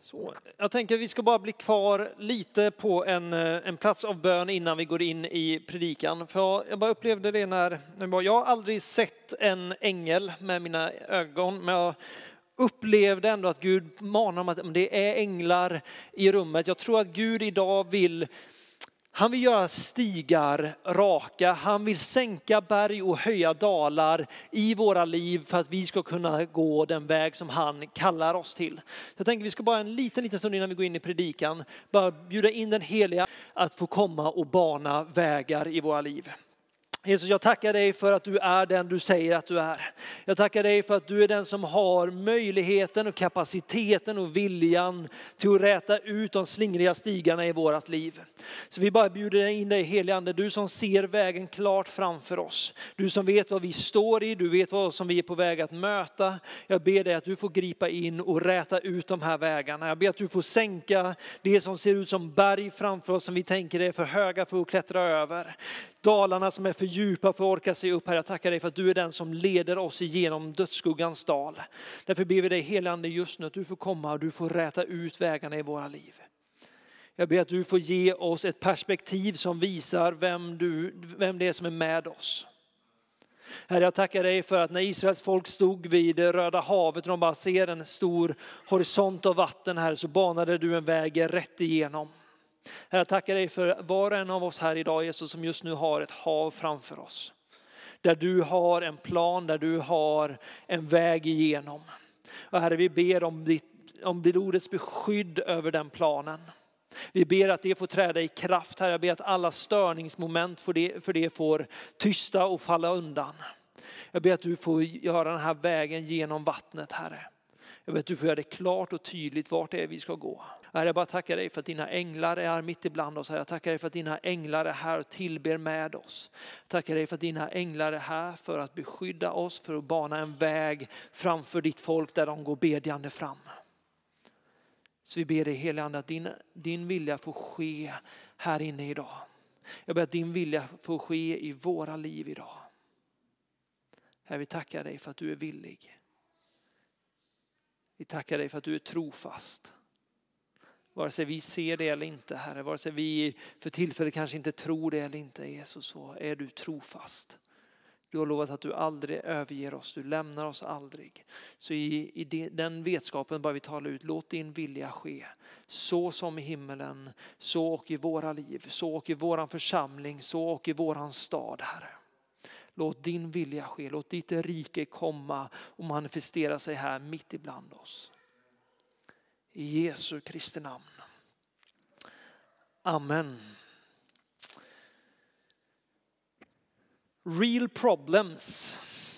Så, jag tänker att vi ska bara bli kvar lite på en plats av bön innan vi går in i predikan. För jag bara upplevde det när jag har aldrig sett en ängel med mina ögon, men jag upplevde ändå att Gud manar om att det är änglar i rummet. Jag tror att Gud idag vill göra stigar raka. Han vill sänka berg och höja dalar i våra liv för att vi ska kunna gå den väg som han kallar oss till. Jag tänker vi ska bara en liten stund innan vi går in i predikan bara bjuda in den heliga att få komma och bana vägar i våra liv. Jesus, jag tackar dig för att du är den du säger att du är. Jag tackar dig för att du är den som har möjligheten och kapaciteten och viljan till att räta ut de slingriga stigarna i vårt liv. Så vi bara bjuder in dig, helige Ande, du som ser vägen klart framför oss. Du som vet vad vi står i, du vet vad som vi är på väg att möta. Jag ber dig att du får gripa in och räta ut de här vägarna. Jag ber att du får sänka det som ser ut som berg framför oss som vi tänker är för höga för att klättra över. Dalarna som är för djupa för att orka sig upp här. Jag tackar dig för att du är den som leder oss igenom dödsskuggans dal. Därför ber vi dig, helige Ande, just nu att du får komma och du får räta ut vägarna i våra liv. Jag ber att du får ge oss ett perspektiv som visar vem det är som är med oss. Herre, jag tackar dig för att när Israels folk stod vid det Röda havet och de bara ser en stor horisont av vatten här, så banade du en väg rätt igenom. Jag tackar dig för var och en av oss här idag, Jesus, som just nu har ett hav framför oss. Där du har en plan, där du har en väg igenom. Och Herre, vi ber om blodets beskydd över den planen. Vi ber att det får träda i kraft här. Jag ber att alla störningsmoment för det får tysta och falla undan. Jag ber att du får göra den här vägen genom vattnet, Herre. Jag ber att du får göra det klart och tydligt vart det är vi ska gå. Herre, jag bara tackar dig för att dina änglar är mitt ibland oss. Jag tackar dig för att dina änglar är här och tillber med oss. Jag tackar dig för att dina änglar är här för att beskydda oss, för att bana en väg framför ditt folk där de går bedjande fram. Så vi ber dig, helige Ande, att din vilja får ske här inne idag. Jag ber att din vilja får ske i våra liv idag. Herre, vi tackar dig för att du är villig. Vi tackar dig för att du är trofast. Vare sig vi ser det eller inte, Herre. Vare sig vi för tillfället kanske inte tror det eller inte, Jesus, så är du trofast. Du har lovat att du aldrig överger oss. Du lämnar oss aldrig. Så i den vetskapen bara vi talar ut. Låt din vilja ske. Så som i himmelen. Så och i våra liv. Så och i våran församling. Så och i våran stad, Herre. Låt din vilja ske. Låt ditt rike komma och manifestera sig här mitt ibland oss. I Jesu Kristi namn. Amen. Real problems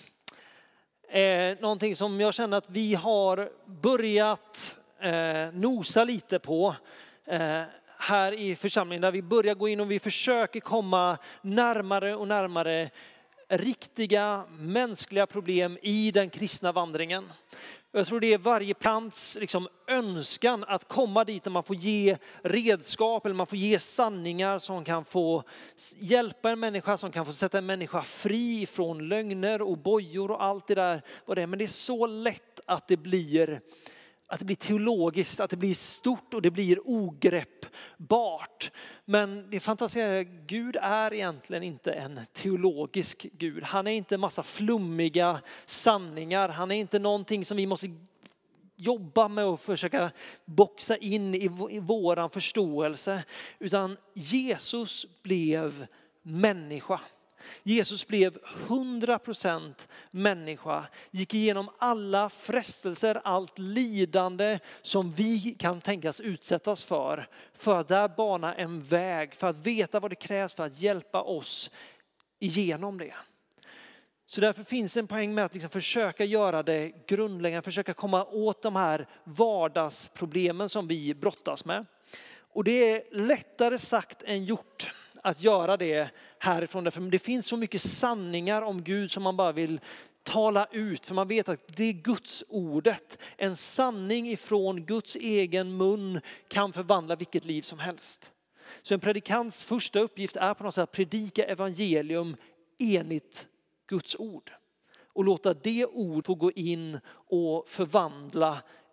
är någonting som jag känner att vi har börjat nosa lite på här i församlingen. Där vi börjar gå in och vi försöker komma närmare och närmare riktiga mänskliga problem i den kristna vandringen. Jag tror det är varje plants önskan att komma dit där man får ge redskap eller man får ge sanningar som kan få hjälpa en människa, som kan få sätta en människa fri från lögner och bojor och allt det där. Men det är så lätt att det blir teologiskt, att det blir stort och det blir ogreppbart. Men det fantaserar, Gud är egentligen inte en teologisk Gud. Han är inte en massa flummiga sanningar. Han är inte någonting som vi måste jobba med och försöka boxa in i våran förståelse. Utan Jesus blev människa. Jesus blev 100% människa, gick igenom alla frestelser, allt lidande som vi kan tänkas utsättas för att där bana en väg, för att veta vad det krävs för att hjälpa oss igenom det. Så därför finns en poäng med att försöka göra det grundläggande, försöka komma åt de här vardagsproblemen som vi brottas med. Och det är lättare sagt än gjort att göra det härifrån. För det finns så mycket sanningar om Gud som man bara vill tala ut. För man vet att det är Guds ordet. En sanning ifrån Guds egen mun kan förvandla vilket liv som helst. Så en predikants första uppgift är på något sätt att predika evangelium enligt Guds ord. Och låta det ord få gå in och förvandla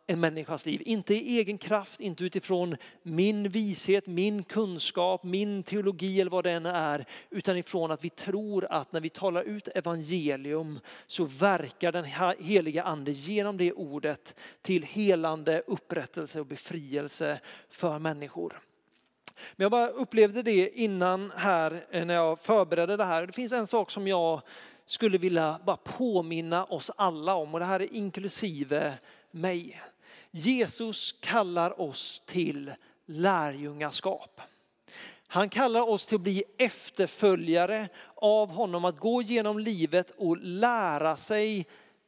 en människas liv. Inte i egen kraft, inte utifrån min vishet, min kunskap, min teologi eller vad det än är. Utan ifrån att vi tror att när vi talar ut evangelium så verkar den heliga ande genom det ordet till helande, upprättelse och befrielse för människor. Men jag bara upplevde det innan här när jag förberedde det här. Det finns en sak som jag skulle vilja bara påminna oss alla om, och det här är inklusive mig. Jesus kallar oss till lärjungaskap. Han kallar oss till att bli efterföljare av honom, att gå genom livet och lära sig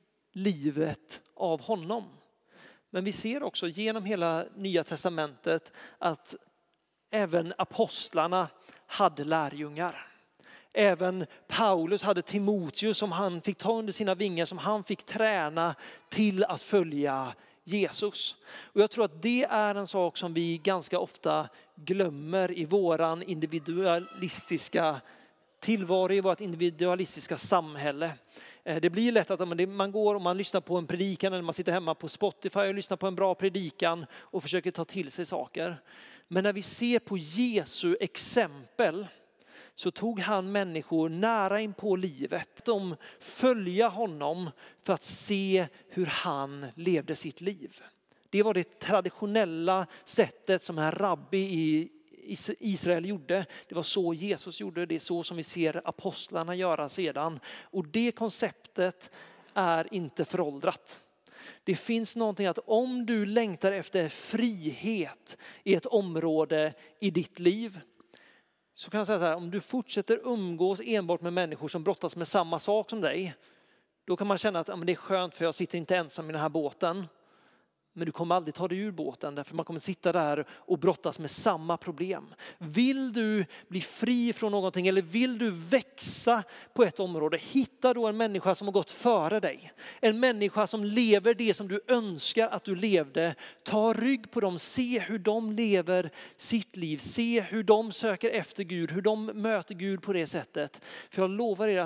livet av honom. Men vi ser också genom hela Nya testamentet att även apostlarna hade lärjungar. Även Paulus hade Timoteus som han fick ta under sina vingar, som han fick träna till att följa Jesus. Och jag tror att det är en sak som vi ganska ofta glömmer i våran individualistiska tillvaro, i vårt individualistiska samhälle. Det blir lätt att man går och man lyssnar på en predikan eller man sitter hemma på Spotify och lyssnar på en bra predikan och försöker ta till sig saker. Men när vi ser på Jesu exempel så tog han människor nära in på livet. De följde honom för att se hur han levde sitt liv. Det var det traditionella sättet som en rabbi i Israel gjorde. Det var så Jesus gjorde. Det är så som vi ser apostlarna göra sedan. Och det konceptet är inte föråldrat. Det finns någonting att om du längtar efter frihet i ett område i ditt liv, så kan jag säga så här, om du fortsätter umgås enbart med människor som brottas med samma sak som dig, då kan man känna att det är skönt för jag sitter inte ensam i den här båten. Men du kommer aldrig ta dig ur båten, därför man kommer sitta där och brottas med samma problem. Vill du bli fri från någonting eller vill du växa på ett område, hitta då en människa som har gått före dig. En människa som lever det som du önskar att du levde. Ta rygg på dem, se hur de lever sitt liv. Se hur de söker efter Gud, hur de möter Gud på det sättet. För jag lovar er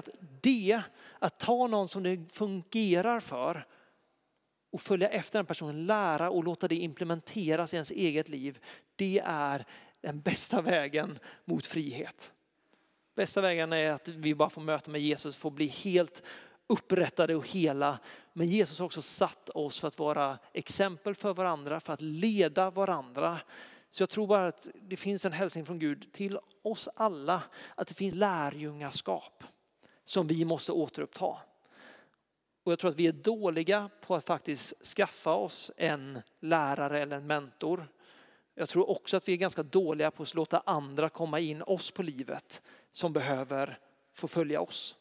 att ta någon som det fungerar för, och följa efter den personen, lära och låta det implementeras i ens eget liv. Det är den bästa vägen mot frihet. Bästa vägen är att vi bara får möta med Jesus, får bli helt upprättade och hela. Men Jesus har också satt oss för att vara exempel för varandra, för att leda varandra. Så jag tror bara att det finns en hälsning från Gud till oss alla, att det finns lärjungaskap som vi måste återuppta. Och jag tror att vi är dåliga på att faktiskt skaffa oss en lärare eller en mentor. Jag tror också att vi är ganska dåliga på att låta andra komma in oss på livet som behöver få följa oss.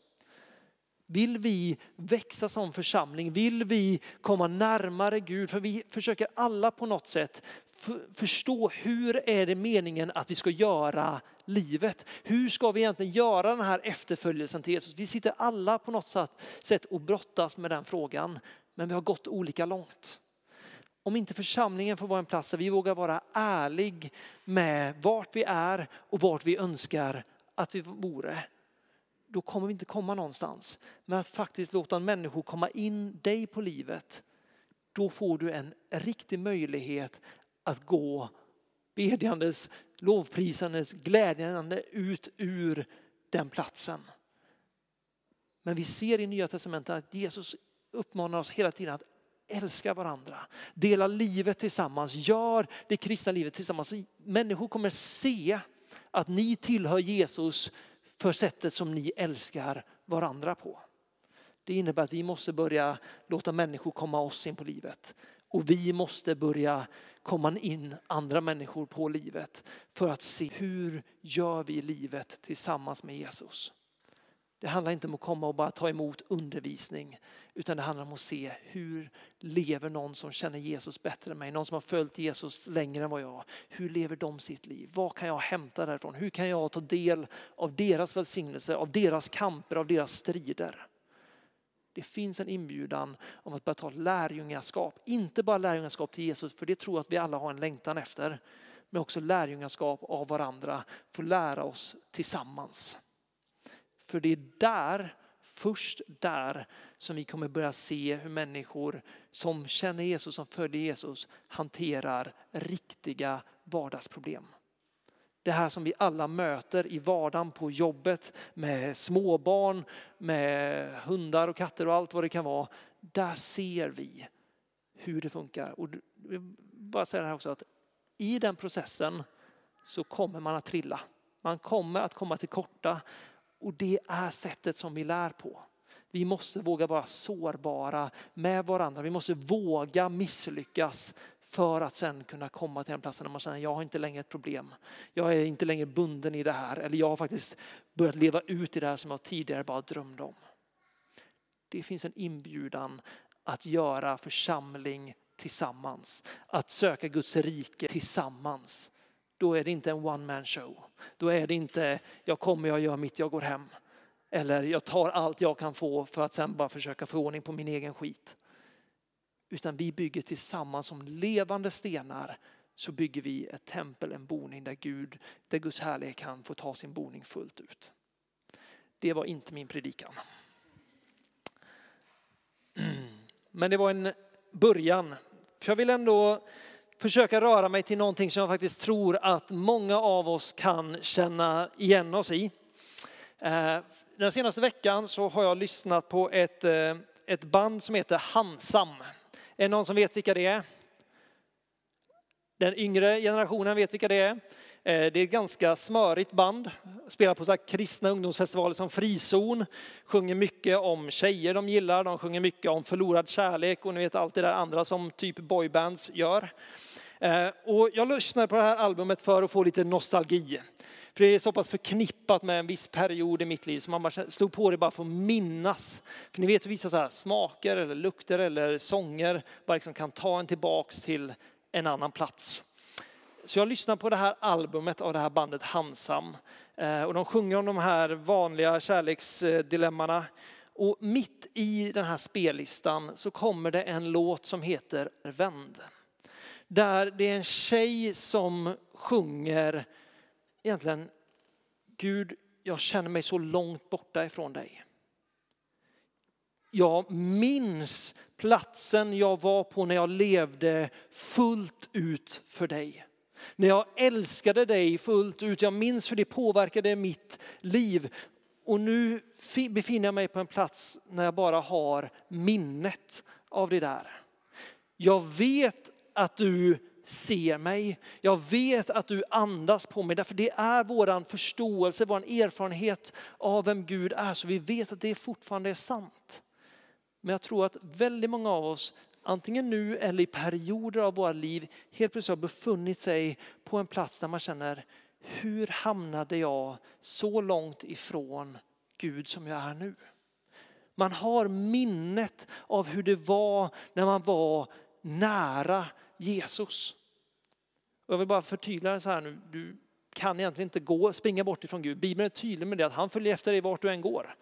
Vill vi växa som församling? Vill vi komma närmare Gud? För vi försöker alla på något sätt förstå hur är det meningen att vi ska göra livet. Hur ska vi egentligen göra den här efterföljelsen till Jesus? Vi sitter alla på något sätt och brottas med den frågan. Men vi har gått olika långt. Om inte församlingen får vara en plats där vi vågar vara ärlig med vart vi är och vart vi önskar att vi vore, då kommer vi inte komma någonstans. Men att faktiskt låta en människa komma in dig på livet, då får du en riktig möjlighet att gå bedjandes, lovprisandes, glädjande ut ur den platsen. Men vi ser i Nya testamentet att Jesus uppmanar oss hela tiden att älska varandra. Dela livet tillsammans. Gör det kristna livet tillsammans. Människor kommer se att ni tillhör Jesus för sättet som ni älskar varandra på. Det innebär att vi måste börja låta människor komma oss in på livet. Och vi måste börja komma in andra människor på livet för att se hur gör vi livet tillsammans med Jesus. Det handlar inte om att komma och bara ta emot undervisning, utan det handlar om att se hur lever någon som känner Jesus bättre än mig. Någon som har följt Jesus längre än vad jag. Hur lever de sitt liv? Vad kan jag hämta därifrån? Hur kan jag ta del av deras välsignelse, av deras kamper, av deras strider? Det finns en inbjudan om att börja ta lärjungaskap. Inte bara lärjungaskap till Jesus, för det tror jag att vi alla har en längtan efter. Men också lärjungaskap av varandra. Få lära oss tillsammans. För det är först där som vi kommer börja se hur människor som känner Jesus, som följer Jesus, hanterar riktiga vardagsproblem. Det här som vi alla möter i vardagen på jobbet med småbarn, med hundar och katter och allt vad det kan vara. Där ser vi hur det funkar. Och jag vill bara säga det här också, att i den processen så kommer man att trilla. Man kommer att komma till korta, och det är sättet som vi lär på. Vi måste våga vara sårbara med varandra. Vi måste våga misslyckas för att sen kunna komma till den platsen där man säger, jag har inte längre ett problem. Jag är inte längre bunden i det här. Eller jag har faktiskt börjat leva ut i det här som jag tidigare bara drömde om. Det finns en inbjudan att göra församling tillsammans. Att söka Guds rike tillsammans. Då är det inte en one man show. Då är det inte, jag kommer, jag gör mitt, jag går hem. Eller jag tar allt jag kan få för att sen bara försöka få ordning på min egen skit. Utan vi bygger tillsammans som levande stenar, så bygger vi ett tempel, en boning där Guds härlighet kan få ta sin boning fullt ut. Det var inte min predikan. Men det var en början. För jag vill ändå försöka röra mig till någonting som jag faktiskt tror att många av oss kan känna igen oss i. Den senaste veckan så har jag lyssnat på ett band som heter Hansam. Är det någon som vet vilka det är? Den yngre generationen vet vilka det är. Det är ett ganska smörigt band. Spelar på så här kristna ungdomsfestivaler som Frizon. Sjunger mycket om tjejer de gillar. De sjunger mycket om förlorad kärlek. Och ni vet allt det där andra som typ boybands gör. Och jag lyssnade på det här albumet för att få lite nostalgi. För det är så pass förknippat med en viss period i mitt liv. Så man bara slog på det bara för att minnas. För ni vet vissa så här smaker eller lukter eller sånger bara liksom kan ta en tillbaks till en annan plats. Så jag lyssnar på det här albumet av det här bandet Hansam. Och de sjunger om de här vanliga kärleksdilemmana. Och mitt i den här spellistan så kommer det en låt som heter Vänd. Där det är en tjej som sjunger egentligen, Gud, jag känner mig så långt borta ifrån dig. Jag minns platsen jag var på när jag levde fullt ut för dig. När jag älskade dig fullt ut. Jag minns hur det påverkade mitt liv. Och nu befinner jag mig på en plats när jag bara har minnet av det där. Jag vet att du ser mig. Jag vet att du andas på mig. Därför det är våran förståelse, våran erfarenhet av vem Gud är. Så vi vet att det fortfarande är sant. Men jag tror att väldigt många av oss, antingen nu eller i perioder av våra liv, helt plötsligt har befunnit sig på en plats där man känner, hur hamnade jag så långt ifrån Gud som jag är nu? Man har minnet av hur det var när man var nära Jesus. Och jag vill bara förtydliga så här nu, du kan egentligen inte springa bort ifrån Gud. Bibeln är tydlig med det, att han följer efter dig vart du än går.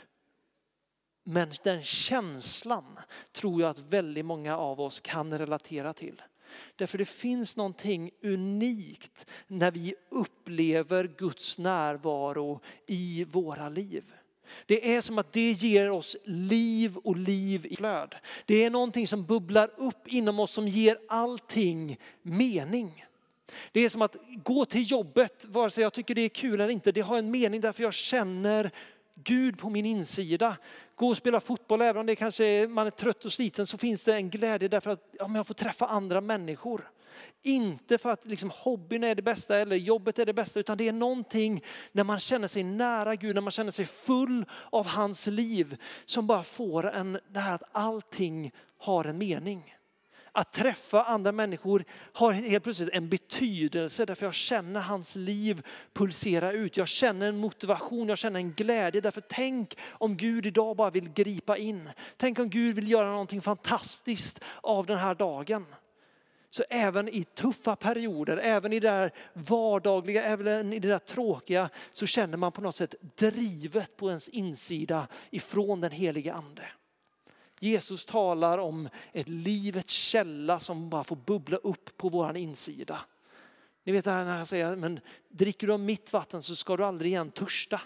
Men den känslan tror jag att väldigt många av oss kan relatera till. Därför det finns någonting unikt när vi upplever Guds närvaro i våra liv. Det är som att det ger oss liv och liv i flöd. Det är någonting som bubblar upp inom oss som ger allting mening. Det är som att gå till jobbet, vare sig jag tycker det är kul eller inte. Det har en mening därför jag känner Gud på min insida. Gå och spela fotboll, även om det kanske man är trött och sliten, så finns det en glädje därför att jag får träffa andra människor. Inte för att liksom hobbyn är det bästa eller jobbet är det bästa, utan det är någonting när man känner sig nära Gud, när man känner sig full av hans liv, som bara får det här att allting har en mening. Att träffa andra människor har helt plötsligt en betydelse, därför jag känner hans liv pulsera ut. Jag känner en motivation, jag känner en glädje. Därför tänk om Gud idag bara vill gripa in. Tänk om Gud vill göra någonting fantastiskt av den här dagen. Så även i tuffa perioder, även i det där vardagliga, även i det där tråkiga, så känner man på något sätt drivet på ens insida ifrån den helige ande. Jesus talar om ett livets källa som bara får bubbla upp på våran insida. Ni vet det här när jag säger, men dricker du av mitt vatten så ska du aldrig igen törsta.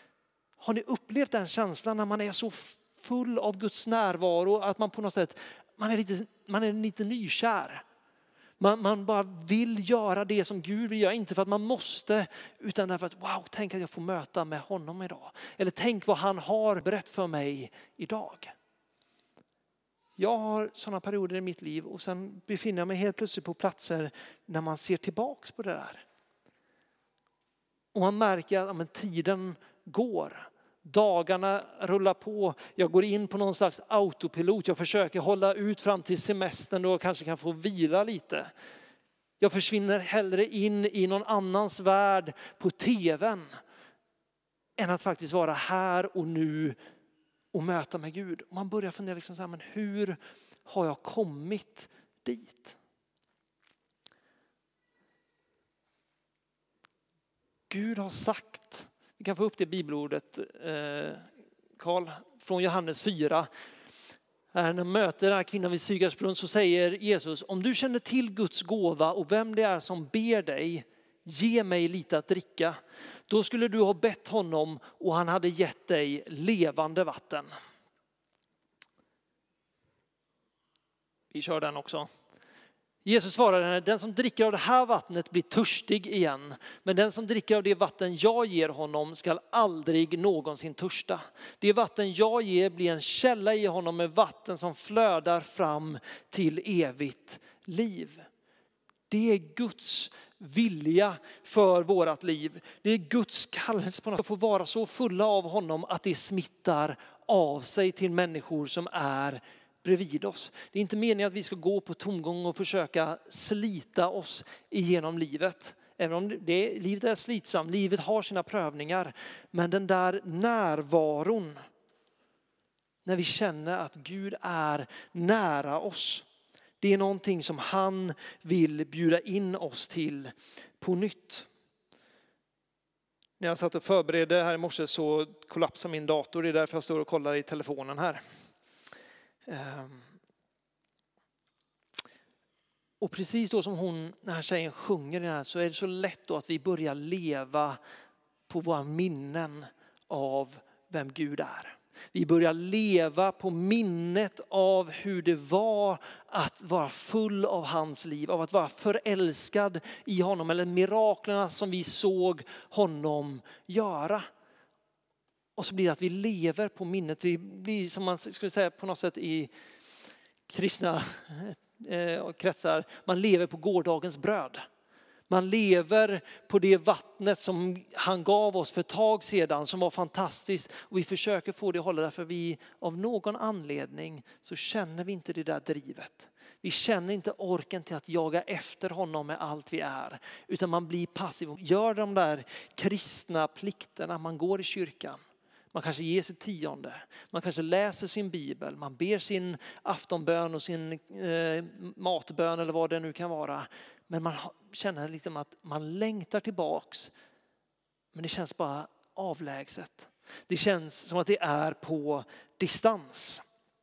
Har ni upplevt den känslan när man är så full av Guds närvaro att man på något sätt man är lite nykär. Man bara vill göra det som Gud vill göra. Inte för att man måste, utan därför att wow, tänk att jag får möta med honom idag. Eller tänk vad han har berättat för mig idag. Jag har sådana perioder i mitt liv och sen befinner jag mig helt plötsligt på platser när man ser tillbaks på det där. Och man märker att tiden går. Dagarna rullar på. Jag går in på någon slags autopilot. Jag försöker hålla ut fram till semestern då jag kanske kan få vila lite. Jag försvinner hellre in i någon annans värld på tvn än att faktiskt vara här och nu och möta med Gud. Och man börjar fundera liksom så här, men hur har jag kommit dit? Gud har sagt, vi kan få upp det bibelordet Karl, från Johannes 4. När han möter den här kvinnan vid Sykars brunn så säger Jesus, om du känner till Guds gåva och vem det är som ber dig, ge mig lite att dricka. Då skulle du ha bett honom och han hade gett dig levande vatten. Vi kör den också. Jesus svarade henne, den som dricker av det här vattnet blir törstig igen. Men den som dricker av det vatten jag ger honom ska aldrig någonsin törsta. Det vatten jag ger blir en källa i honom med vatten som flödar fram till evigt liv. Det är Guds vilja för vårat liv. Det är Guds kallelse på att få vara så fulla av honom att det smittar av sig till människor som är bredvid oss. Det är inte meningen att vi ska gå på tomgång och försöka slita oss igenom livet. Även om livet är slitsamt, livet har sina prövningar. Men den där närvaron, när vi känner att Gud är nära oss, det är någonting som han vill bjuda in oss till på nytt. När jag satt och förberedde här i morse så kollapsade min dator. Det är därför jag står och kollar i telefonen här. Och precis då som den här tjejen sjunger den här, så är det så lätt då att vi börjar leva på våra minnen av vem Gud är. Vi börjar leva på minnet av hur det var att vara full av hans liv, av att vara förälskad i honom, eller miraklerna som vi såg honom göra. Och så blir det att vi lever på minnet. Vi blir, som man skulle säga på något sätt i kristna kretsar, man lever på gårdagens bröd. Man lever på det vattnet som han gav oss för ett tag sedan som var fantastiskt. Och vi försöker få det att hålla, därför vi av någon anledning så känner vi inte det där drivet. Vi känner inte orken till att jaga efter honom med allt vi är. Utan man blir passiv och gör de där kristna plikterna. Man går i kyrkan. Man kanske ger sitt tionde. Man kanske läser sin bibel. Man ber sin aftonbön och sin matbön eller vad det nu kan vara. Men man känner liksom att man längtar tillbaks. Men det känns bara avlägset. Det känns som att det är på distans.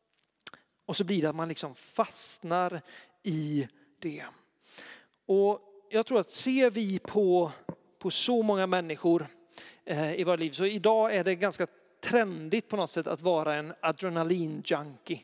Och så blir det att man liksom fastnar i det. Och jag tror att ser vi på så många människor i våra liv, så idag är det ganska trendigt på något sätt att vara en adrenalinjunkie.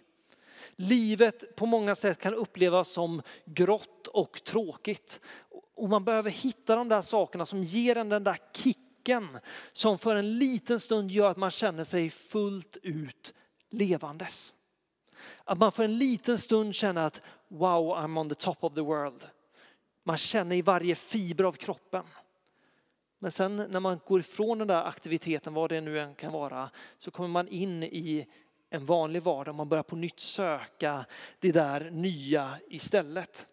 Livet på många sätt kan upplevas som grått och tråkigt. Och man behöver hitta de där sakerna som ger en den där kicken som för en liten stund gör att man känner sig fullt ut levandes. Att man för en liten stund känner att wow, I'm on the top of the world. Man känner i varje fiber av kroppen. Men sen när man går ifrån den där aktiviteten, vad det nu än kan vara, så kommer man in i en vanlig vardag. Man börjar på nytt söka det där nya istället.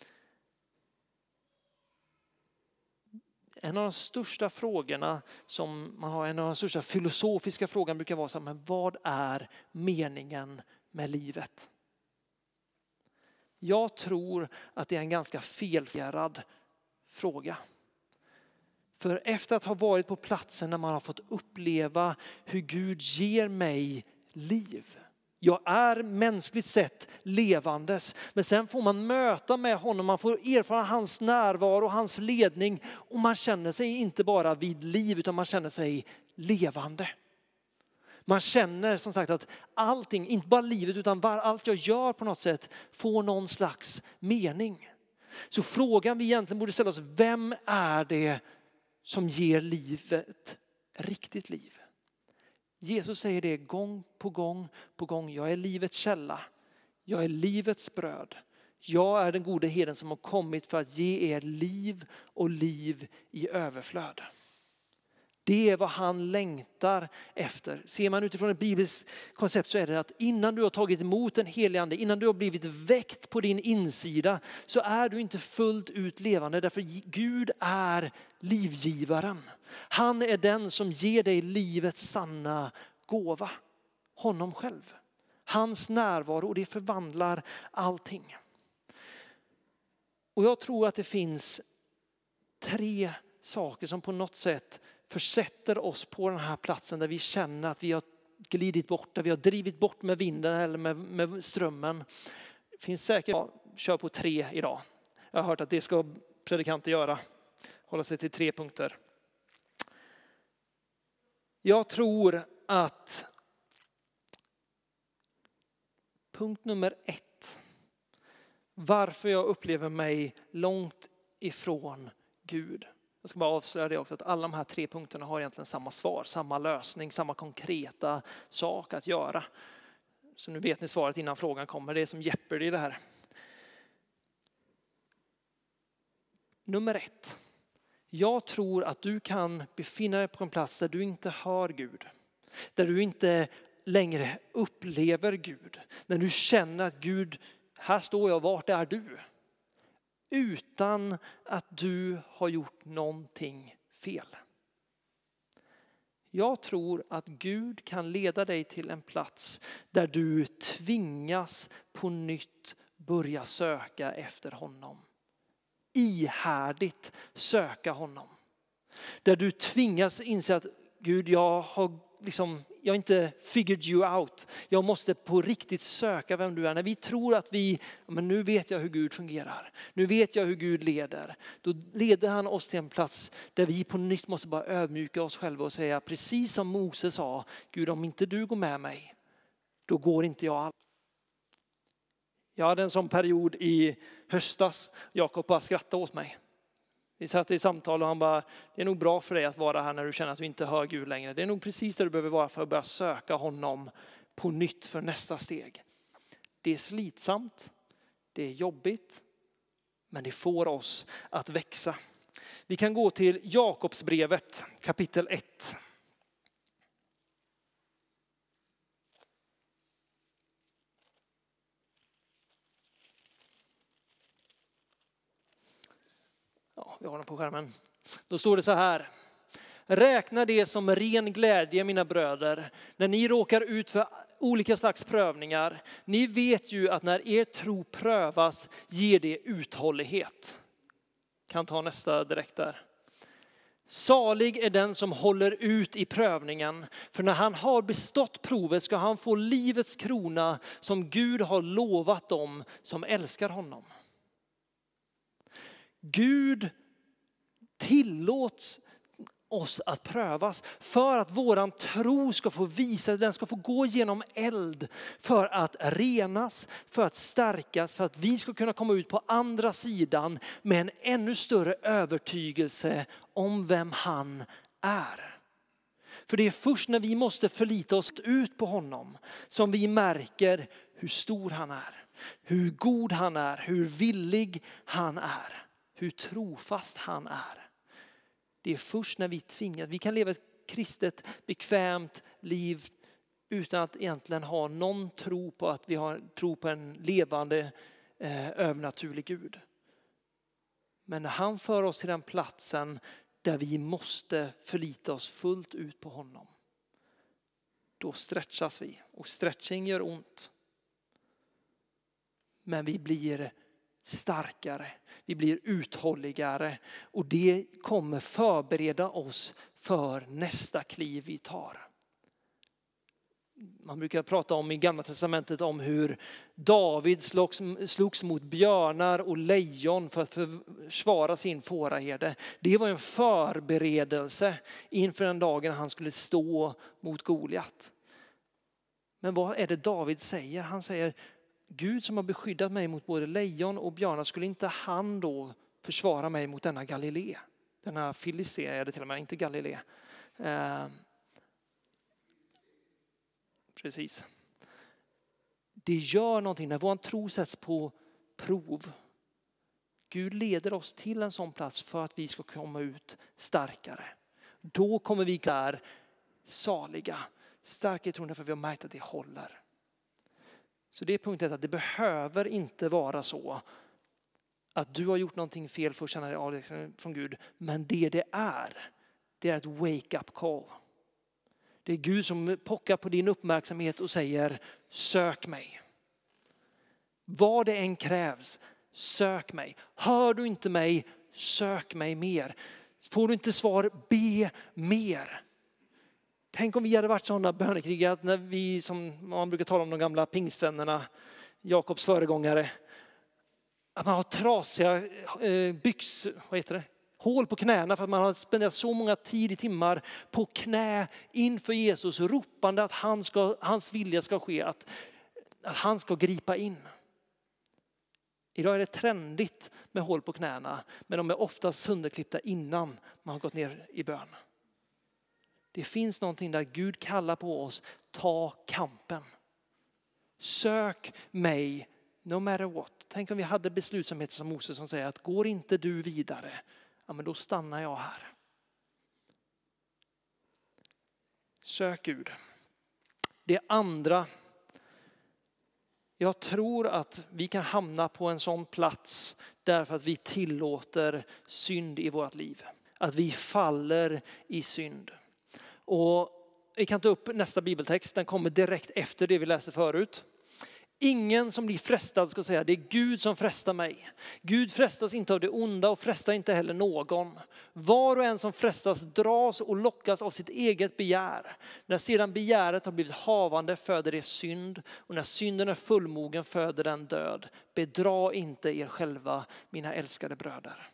En av de största frågorna som man har, en av de största filosofiska frågorna brukar vara så här, men vad är meningen med livet? Jag tror att det är en ganska felfjärrad fråga. För efter att ha varit på platsen när man har fått uppleva hur Gud ger mig liv. Jag är mänskligt sett levandes. Men sen får man möta med honom. Man får erfara hans närvaro och hans ledning. Och man känner sig inte bara vid liv utan man känner sig levande. Man känner som sagt att allting, inte bara livet utan allt jag gör på något sätt får någon slags mening. Så frågan vi egentligen borde ställa oss, vem är det som ger livet riktigt liv? Jesus säger det gång på gång på gång. Jag är livets källa. Jag är livets bröd. Jag är den gode herden som har kommit för att ge er liv och liv i överflöd. Det är vad han längtar efter. Ser man utifrån ett bibliskt koncept så är det att innan du har tagit emot den helige ande, innan du har blivit väckt på din insida, så är du inte fullt ut levande. Därför Gud är livgivaren. Han är den som ger dig livets sanna gåva. Honom själv. Hans närvaro, och det förvandlar allting. Och jag tror att det finns 3 saker som på något sätt försätter oss på den här platsen där vi känner att vi har glidit bort, där vi har drivit bort med vinden eller med strömmen. Det finns säkert, kör på 3 idag. Jag har hört att det ska predikanter göra. Hålla sig till 3 punkter. Jag tror att punkt nummer 1. Varför jag upplever mig långt ifrån Gud. Jag ska bara avslöja det också, att alla de här 3 punkterna har egentligen samma svar, samma lösning, samma konkreta sak att göra. Så nu vet ni svaret innan frågan kommer. Det är som Jeopardy i det här. Nummer 1. Jag tror att du kan befinna dig på en plats där du inte hör Gud. Där du inte längre upplever Gud. När du känner att Gud, här står jag, vart är du? Utan att du har gjort någonting fel. Jag tror att Gud kan leda dig till en plats där du tvingas på nytt börja söka efter honom. Ihärdigt söka honom. Där du tvingas inse att Gud, jag har inte figured you out. Jag måste på riktigt söka vem du är. När vi tror att men nu vet jag hur Gud fungerar. Nu vet jag hur Gud leder. Då leder han oss till en plats där vi på nytt måste bara ödmjuka oss själva och säga, precis som Moses sa, Gud, om inte du går med mig, då går inte jag alls. Jag hade en sån period i höstas. Jakob bara skrattade åt mig. Vi satt i samtal och han bara, det är nog bra för dig att vara här när du känner att du inte hör Gud längre. Det är nog precis där du behöver vara för att börja söka honom på nytt för nästa steg. Det är slitsamt, det är jobbigt, men det får oss att växa. Vi kan gå till Jakobsbrevet kapitel 1. Ja, vi har den på skärmen. Då står det så här. Räkna det som ren glädje, mina bröder, när ni råkar ut för olika slags prövningar. Ni vet ju att när er tro prövas ger det uthållighet. Kan ta nästa direkt där. Salig är den som håller ut i prövningen, för när han har bestått provet ska han få livets krona som Gud har lovat dem som älskar honom. Gud tillåts oss att prövas för att våran tro ska få visa, den ska få gå genom eld för att renas, för att stärkas, för att vi ska kunna komma ut på andra sidan med en ännu större övertygelse om vem han är. För det är först när vi måste förlita oss ut på honom som vi märker hur stor han är, hur god han är, hur villig han är. Hur trofast han är. Det är först när vi tvingas. Vi kan leva ett kristet, bekvämt liv utan att egentligen ha någon tro på att vi har tro på en levande övernaturlig Gud. Men när han för oss till den platsen där vi måste förlita oss fullt ut på honom. Då stretchas vi. Och stretching gör ont. Men vi blir starkare, vi blir uthålligare och det kommer förbereda oss för nästa kliv vi tar. Man brukar prata om i Gamla testamentet om hur David slogs mot björnar och lejon för att försvara sin fåraherde. Det var en förberedelse inför den dagen han skulle stå mot Goliat. Men vad är det David säger? Han säger, Gud som har beskyddat mig mot både lejon och björnar, skulle inte han då försvara mig mot denna Galilea? Denna Filistea är det till och med, inte Galilea. Precis. Det gör någonting när vår tro sätts på prov. Gud leder oss till en sån plats för att vi ska komma ut starkare. Då kommer vi där saliga, starka i tron därför att vi har märkt att det håller. Så det är punkten att det behöver inte vara så att du har gjort någonting fel för att känna dig avlägsen från Gud. Men det är ett wake-up call. Det är Gud som pockar på din uppmärksamhet och säger, sök mig. Vad det än krävs, sök mig. Hör du inte mig, sök mig mer. Får du inte svar, be mer. Tänk om vi hade varit sådana bönekrigare att när vi, som man brukar tala om de gamla pingstvännerna, Jakobs föregångare, att man har trasiga hål på knäna för att man har spenderat så många timmar på knä inför Jesus, ropande att hans vilja ska ske, att han ska gripa in. Idag är det trendigt med hål på knäna, men de är ofta sönderklippta innan man har gått ner i bön. Det finns någonting där Gud kallar på oss, ta kampen. Sök mig no matter what. Tänk om vi hade beslutsamhet som Moses som säger att går inte du vidare, ja men då stannar jag här. Sök Gud. Det andra, jag tror att vi kan hamna på en sån plats därför att vi tillåter synd i vårt liv. Att vi faller i synd. Och vi kan ta upp nästa bibeltext, den kommer direkt efter det vi läste förut. Ingen som blir frestad ska säga, det är Gud som frestar mig. Gud frestas inte av det onda och frestar inte heller någon. Var och en som frestas dras och lockas av sitt eget begär. När sedan begäret har blivit havande föder det synd, och när synden är fullmogen föder den död. Bedra inte er själva, mina älskade bröder.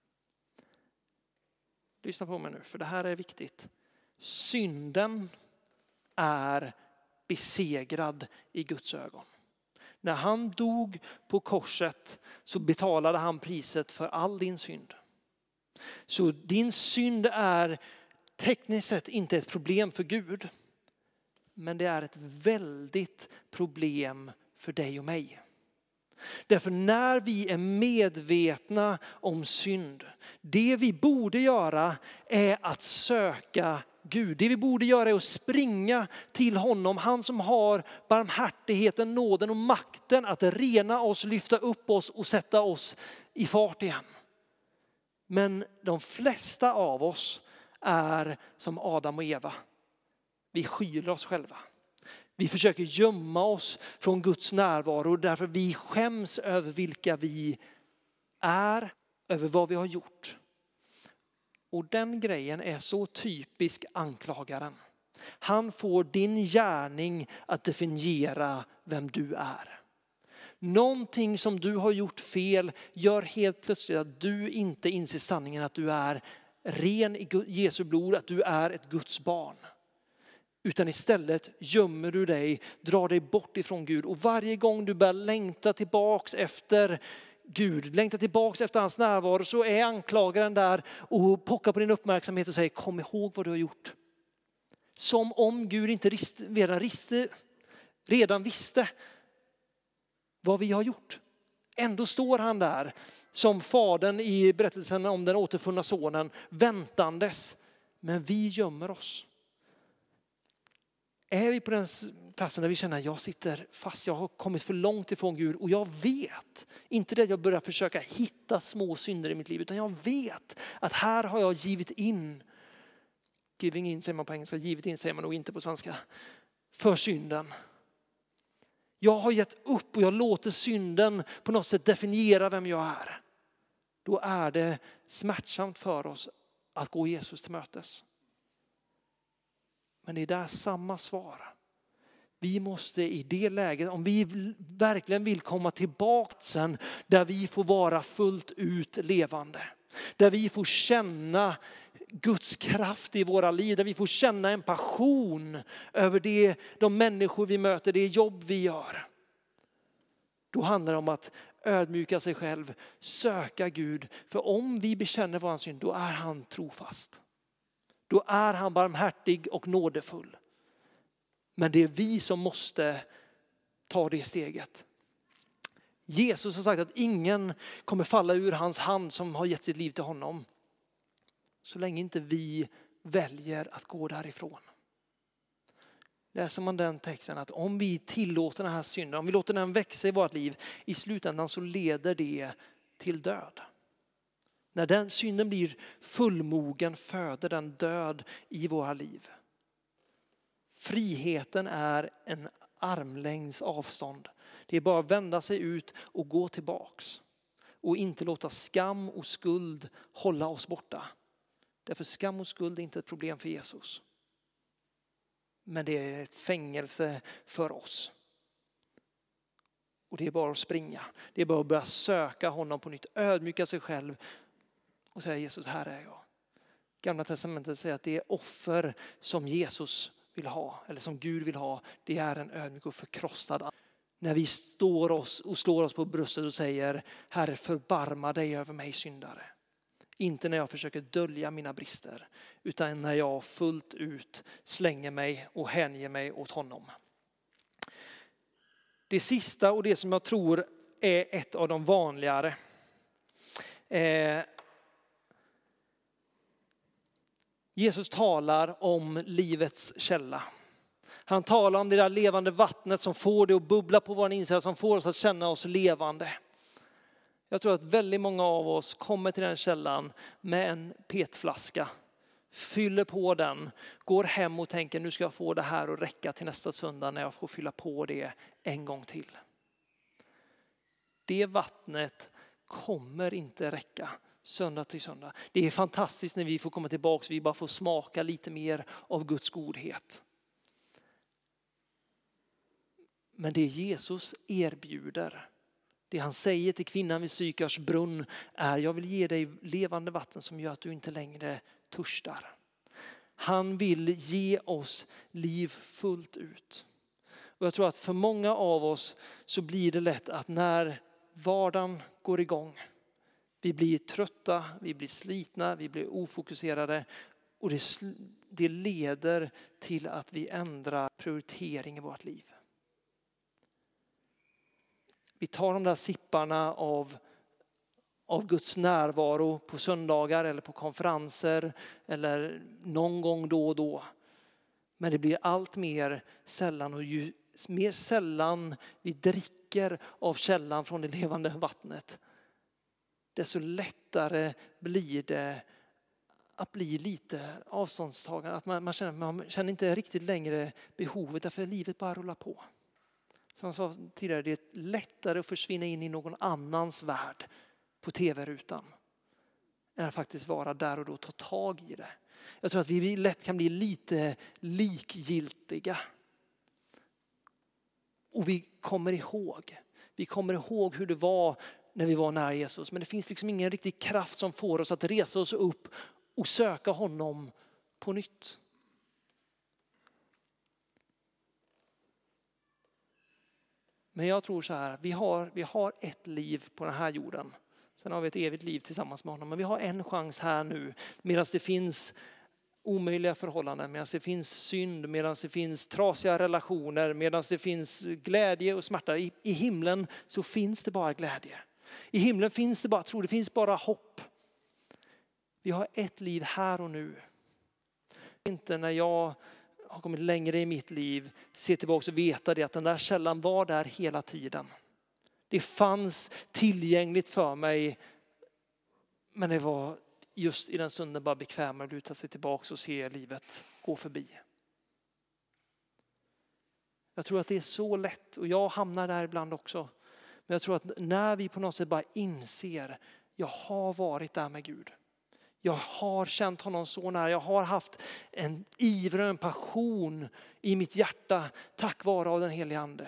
Lyssna på mig nu, för det här är viktigt. Synden är besegrad i Guds ögon. När han dog på korset så betalade han priset för all din synd. Så din synd är tekniskt sett inte ett problem för Gud. Men det är ett väldigt problem för dig och mig. Därför när vi är medvetna om synd, det vi borde göra är att söka Gud. Det vi borde göra är att springa till honom. Han som har barmhärtigheten, nåden och makten att rena oss, lyfta upp oss och sätta oss i fart igen. Men de flesta av oss är som Adam och Eva. Vi skyller oss själva. Vi försöker gömma oss från Guds närvaro därför vi skäms över vilka vi är, över vad vi har gjort. Och den grejen är så typisk anklagaren. Han får din gärning att definiera vem du är. Någonting som du har gjort fel gör helt plötsligt att du inte inser sanningen att du är ren i Jesu blod, att du är ett Guds barn. Utan istället gömmer du dig, drar dig bort ifrån Gud. Och varje gång du börjar längta tillbaks efter Gud, längta tillbaks efter hans närvaro, så är anklagaren där och pockar på din uppmärksamhet och säger, kom ihåg vad du har gjort. Som om Gud inte redan visste vad vi har gjort. Ändå står han där som fadern i berättelsen om den återfunna sonen, väntandes. Men vi gömmer oss. Är vi på den platsen där vi känner att jag sitter fast, jag har kommit för långt ifrån Gud och jag vet, inte det att jag börjar försöka hitta små synder i mitt liv, utan jag vet att här har jag givit in, giving in säger man på engelska, givit in säger man nog inte på svenska, för synden. Jag har gett upp och jag låter synden på något sätt definiera vem jag är. Då är det smärtsamt för oss att gå Jesus till mötes. Men det är där samma svar. Vi måste i det läget, om vi verkligen vill komma tillbaka sen där vi får vara fullt ut levande. Där vi får känna Guds kraft i våra liv. Där vi får känna en passion över de människor vi möter, det jobb vi gör. Då handlar det om att ödmjuka sig själv, söka Gud. För om vi bekänner vår synd, då är han trofast. Då är han barmhärtig och nådefull. Men det är vi som måste ta det steget. Jesus har sagt att ingen kommer falla ur hans hand som har gett sitt liv till honom. Så länge inte vi väljer att gå därifrån. Läser man den texten att om vi tillåter den här synden, om vi låter den växa i vårt liv, i slutändan så leder det till död. När den synden blir fullmogen föder den död i våra liv. Friheten är en armlängds avstånd. Det är bara att vända sig ut och gå tillbaks. Och inte låta skam och skuld hålla oss borta. Därför skam och skuld är inte ett problem för Jesus. Men det är ett fängelse för oss. Och det är bara att springa. Det är bara att börja söka honom på nytt. Ödmjuka sig själv och säga Jesus, här är jag. Gamla testamentet säger att det är offer som Jesus vill ha. Eller som Gud vill ha. Det är en ödmjuk och förkrossad. När vi står oss och slår oss på bröstet och säger Herre, förbarma dig över mig syndare. Inte när jag försöker dölja mina brister, utan när jag fullt ut slänger mig och hänger mig åt honom. Det sista och det som jag tror är ett av de vanligare. Jesus talar om livets källa. Han talar om det där levande vattnet som får det att bubbla på vår insida, som får oss att känna oss levande. Jag tror att väldigt många av oss kommer till den källan med en petflaska, fyller på den, går hem och tänker nu ska jag få det här att räcka till nästa söndag när jag får fylla på det en gång till. Det vattnet kommer inte räcka söndag till söndag. Det är fantastiskt när vi får komma tillbaka, vi bara får smaka lite mer av Guds godhet. Men det Jesus erbjuder, det han säger till kvinnan vid Sykars brunn är jag vill ge dig levande vatten som gör att du inte längre törstar. Han vill ge oss liv fullt ut. Och jag tror att för många av oss så blir det lätt att när vardagen går igång, vi blir trötta, vi blir slitna, vi blir ofokuserade och det leder till att vi ändrar prioritering i vårt liv. Vi tar de där sipparna av Guds närvaro på söndagar eller på konferenser eller någon gång då och då. Men det blir allt mer sällan och ju mer sällan vi dricker av källan från det levande vattnet, desto lättare blir det att bli lite avståndstagande. Att man känner inte riktigt längre behovet därför livet bara rullar på. Som jag sa tidigare, det är lättare att försvinna in i någon annans värld på tv-rutan än att faktiskt vara där och då ta tag i det. Jag tror att vi lätt kan bli lite likgiltiga. Och vi kommer ihåg hur det var när vi var nära Jesus. Men det finns liksom ingen riktig kraft som får oss att resa oss upp och söka honom på nytt. Men jag tror så här, vi har ett liv på den här jorden. Sen har vi ett evigt liv tillsammans med honom. Men vi har en chans här nu. Medan det finns omöjliga förhållanden. Medan det finns synd. Medan det finns trasiga relationer. Medan det finns glädje och smärta. I himlen så finns det bara glädje. I himlen finns det bara tro. Det finns bara hopp. Vi har ett liv här och nu. Inte när jag har kommit längre i mitt liv, se tillbaka och veta det att den där källan var där hela tiden. Det fanns tillgängligt för mig, men det var just i den stunden bara bekvämare att luta sig tillbaka och se livet gå förbi. Jag tror att det är så lätt och jag hamnar där ibland också. Men jag tror att när vi på något sätt bara inser, jag har varit där med Gud. Jag har känt honom så nära. Jag har haft en iver och en passion i mitt hjärta tack vare av den helige ande.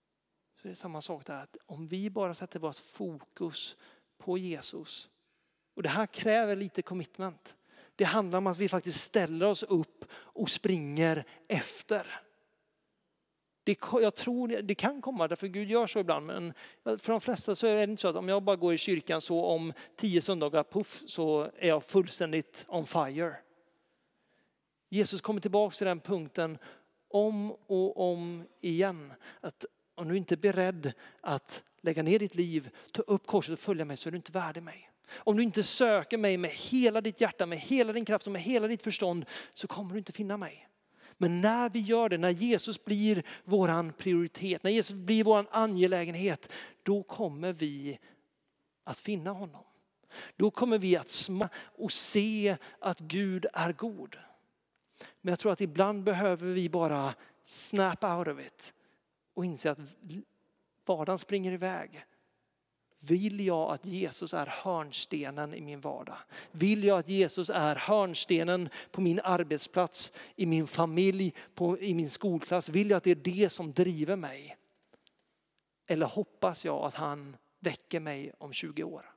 Så det är samma sak där. Att om vi bara sätter vårt fokus på Jesus Och det här kräver lite commitment. Det handlar om att vi faktiskt ställer oss upp och springer efter. Jag tror det kan komma, därför Gud gör så ibland. Men för de flesta så är det inte så att om jag bara går i kyrkan så om 10 söndagar, puff, så är jag fullständigt on fire. Jesus kommer tillbaka till den punkten om och om igen. Att om du inte är beredd att lägga ner ditt liv, ta upp korset och följa mig, så är du inte värdig mig. Om du inte söker mig med hela ditt hjärta, med hela din kraft och med hela ditt förstånd, så kommer du inte finna mig. Men när vi gör det, när Jesus blir våran prioritet, när Jesus blir våran angelägenhet, då kommer vi att finna honom. Då kommer vi att smaka och se att Gud är god. Men jag tror att ibland behöver vi bara snap out of it och inse att vardagen springer iväg. Vill jag att Jesus är hörnstenen i min vardag? Vill jag att Jesus är hörnstenen på min arbetsplats, i min familj, i min skolklass? Vill jag att det är det som driver mig? Eller hoppas jag att han väcker mig om 20 år?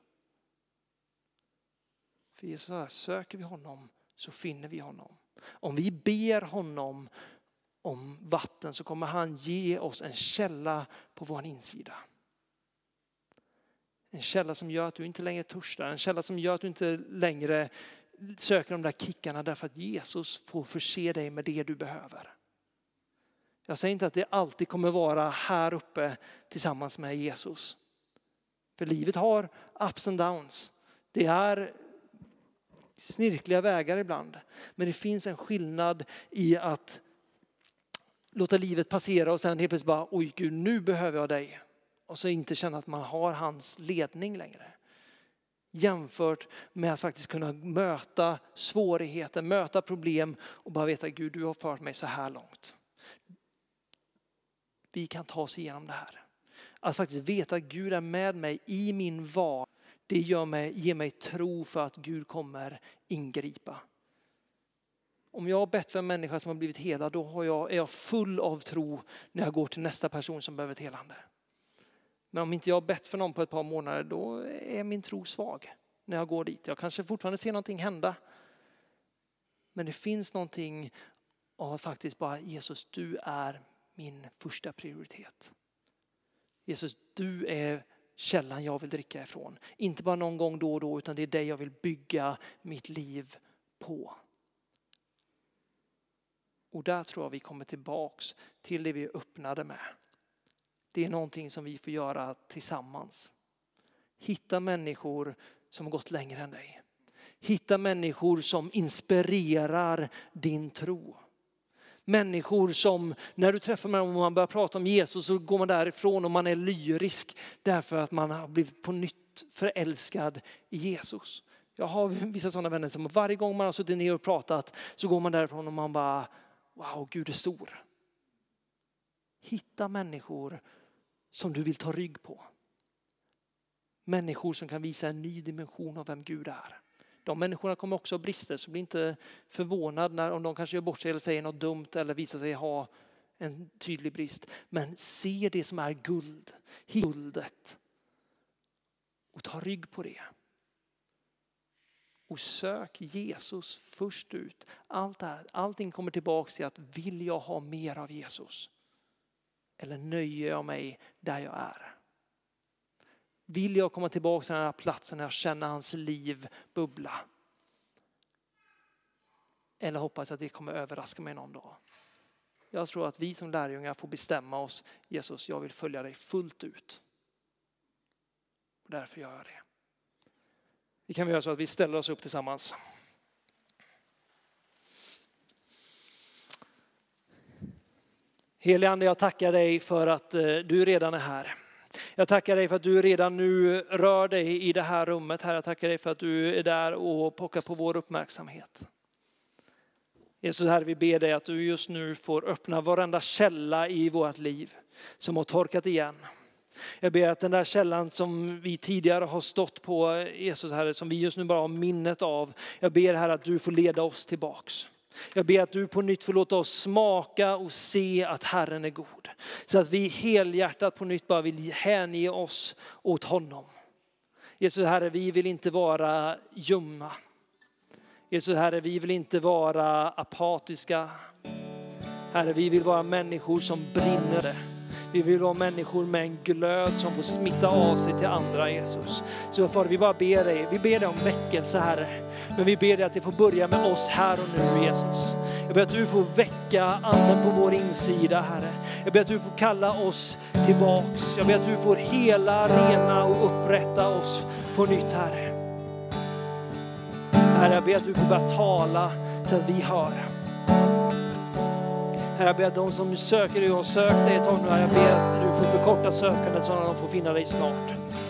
För Jesus säger, söker vi honom så finner vi honom. Om vi ber honom om vatten så kommer han ge oss en källa på vår insida. En källa som gör att du inte längre törstar. En källa som gör att du inte längre söker de där kickarna därför att Jesus får förse dig med det du behöver. Jag säger inte att det alltid kommer vara här uppe tillsammans med Jesus. För livet har ups and downs. Det är snirkliga vägar ibland. Men det finns en skillnad i att låta livet passera och sen helt plötsligt bara, oj Gud, nu behöver jag dig. Och så inte känna att man har hans ledning längre. Jämfört med att faktiskt kunna möta svårigheter, möta problem och bara veta, Gud, du har fört mig så här långt. Vi kan ta oss igenom det här. Att faktiskt veta att Gud är med mig i min vardag, det ger mig tro för att Gud kommer ingripa. Om jag har bett för en människa som har blivit helad, då är jag full av tro när jag går till nästa person som behöver ett helande. Men om inte jag har bett för någon på ett par månader, då är min tro svag när jag går dit. Jag kanske fortfarande ser någonting hända. Men det finns någonting av faktiskt bara, Jesus, du är min första prioritet. Jesus, du är källan jag vill dricka ifrån. Inte bara någon gång då och då, utan det är dig jag vill bygga mitt liv på. Och där tror jag vi kommer tillbaks till det vi är öppnade med. Det är någonting som vi får göra tillsammans. Hitta människor som har gått längre än dig. Hitta människor som inspirerar din tro. Människor som, när du träffar dem och man börjar prata om Jesus, så går man därifrån och man är lyrisk därför att man har blivit på nytt förälskad i Jesus. Jag har vissa sådana vänner som varje gång man har suttit ner och pratat så går man därifrån och man bara, wow, Gud är stor. Hitta människor som du vill ta rygg på. Människor som kan visa en ny dimension av vem Gud är. De människorna kommer också ha brister, så bli inte förvånad om de kanske gör bort sig eller säger något dumt eller visar sig ha en tydlig brist. Men se det som är guld, guldet, och ta rygg på det. Och sök Jesus först ut. Allting kommer tillbaka till att, vill jag ha mer av Jesus? Eller nöjer jag mig där jag är? Vill jag komma tillbaka till den här platsen när jag känner hans liv bubbla? Eller hoppas att det kommer överraska mig någon dag? Jag tror att vi som lärjungar får bestämma oss. Jesus, jag vill följa dig fullt ut. Och därför gör jag det. Vi kan göra så att vi ställer oss upp tillsammans. Helige Ande, jag tackar dig för att du redan är här. Jag tackar dig för att du redan nu rör dig i det här rummet. Här, jag tackar dig för att du är där och pockar på vår uppmärksamhet. Jesus, Herre, vi ber dig att du just nu får öppna varenda källa i vårt liv som har torkat igen. Jag ber att den där källan som vi tidigare har stått på, Jesus Herre, som vi just nu bara har minnet av. Jag ber här att du får leda oss tillbaks. Jag ber att du på nytt får låta oss smaka och se att Herren är god. Så att vi helhjärtat på nytt bara vill hänge oss åt honom. Jesus Herre, vi vill inte vara ljumma. Jesus Herre, vi vill inte vara apatiska. Herre, vi vill vara människor som brinner. Vi vill vara människor med en glöd som får smitta av sig till andra, Jesus. Så Fader, vi bara ber dig. Vi ber dig om väckelse, Herre. Men vi ber dig att det får börja med oss här och nu, Jesus. Jag ber att du får väcka anden på vår insida, Herre. Jag ber att du får kalla oss tillbaks. Jag ber att du får hela, rena och upprätta oss på nytt, Herre. Herre, jag ber att du får börja tala så att vi hör. Herre, jag ber att de som söker dig och har sökt dig ett tag nu, jag ber att du får förkorta sökandet så att de får finna dig snart.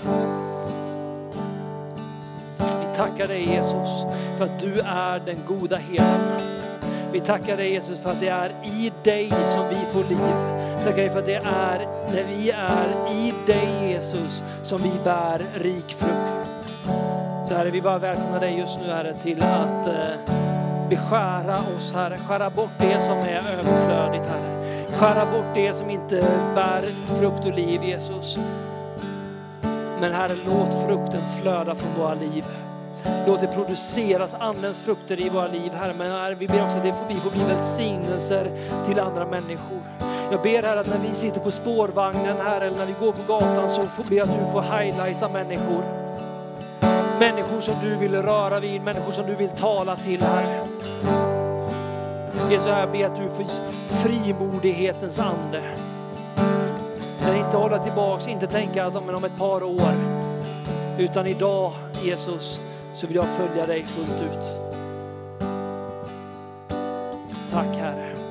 Vi tackar dig, Jesus, för att du är den goda herden. Vi tackar dig, Jesus, för att det är i dig som vi får liv. Vi tackar dig för att det är när vi är i dig, Jesus, som vi bär rik frukt. Så Herre, vi bara välkomnar dig just nu, Herre, till att beskära oss, Herre. Skära bort det som är överflödigt, Herre. Skära bort det som inte bär frukt och liv, Jesus. Men Herre, låt frukten flöda från våra liv. Låt det produceras andens frukter i våra liv, Herre. Men Herre, vi ber också att vi får bli välsignelser till andra människor. Jag ber, Herre, att när vi sitter på spårvagnen, Herre, eller när vi går på gatan, så ber jag att du får highlighta människor. Människor som du vill röra vid, människor som du vill tala till, Herre. Jesus, jag ber att du får frimodighetens ande. Men inte hålla tillbaks, inte tänka att om ett par år. Utan idag, Jesus, så vill jag följa dig fullt ut. Tack, Herre.